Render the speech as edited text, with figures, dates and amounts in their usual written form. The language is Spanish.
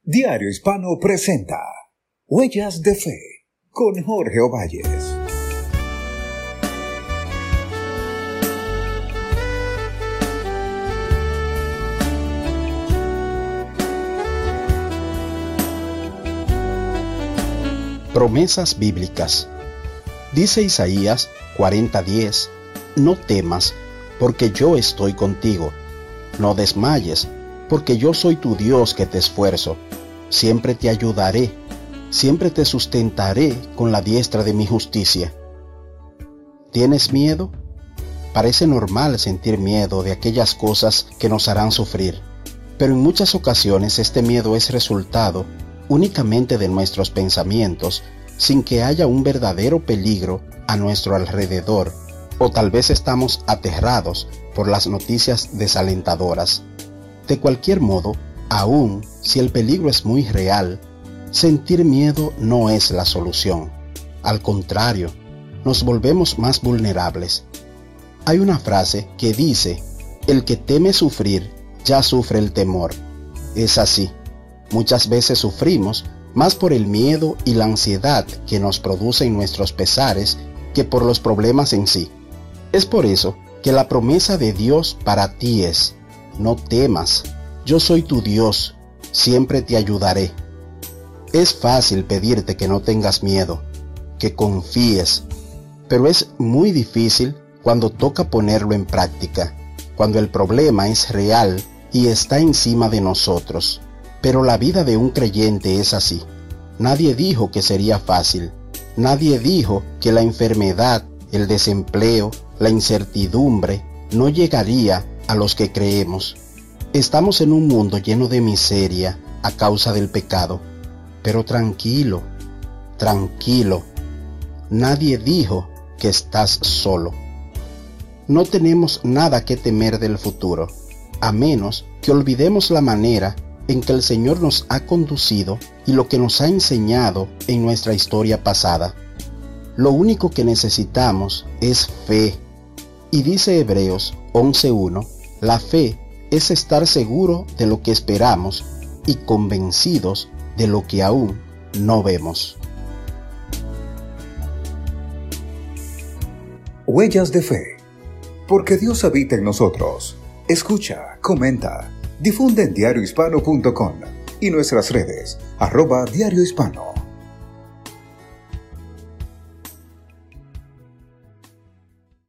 Diario Hispano presenta Huellas de Fe con Jorge Ovalles. Promesas bíblicas. Dice Isaías 40:10: No temas, porque yo estoy contigo. No desmayes, porque yo soy tu Dios que te esfuerzo. Siempre te ayudaré, siempre te sustentaré con la diestra de mi justicia. ¿Tienes miedo? Parece normal sentir miedo de aquellas cosas que nos harán sufrir, pero en muchas ocasiones este miedo es resultado únicamente de nuestros pensamientos, sin que haya un verdadero peligro a nuestro alrededor, o tal vez estamos aterrados por las noticias desalentadoras. De cualquier modo, aun si el peligro es muy real, sentir miedo no es la solución. Al contrario, nos volvemos más vulnerables. Hay una frase que dice: el que teme sufrir, ya sufre el temor. Es así. Muchas veces sufrimos más por el miedo y la ansiedad que nos producen nuestros pesares que por los problemas en sí. Es por eso que la promesa de Dios para ti es: no temas, yo soy tu Dios, siempre te ayudaré. Es fácil pedirte que no tengas miedo, que confíes, pero es muy difícil cuando toca ponerlo en práctica, cuando el problema es real y está encima de nosotros. Pero la vida de un creyente es así. Nadie dijo que sería fácil. Nadie dijo que la enfermedad, el desempleo, la incertidumbre no llegaría a los que creemos. Estamos en un mundo lleno de miseria a causa del pecado. Pero tranquilo, tranquilo. Nadie dijo que estás solo. No tenemos nada que temer del futuro, a menos que olvidemos la manera en que el Señor nos ha conducido y lo que nos ha enseñado en nuestra historia pasada. Lo único que necesitamos es fe. Y dice Hebreos 11:1, la fe es estar seguro de lo que esperamos y convencidos de lo que aún no vemos. Huellas de Fe, porque Dios habita en nosotros. Escucha, comenta, difunde en diariohispano.com y nuestras redes @diariohispano.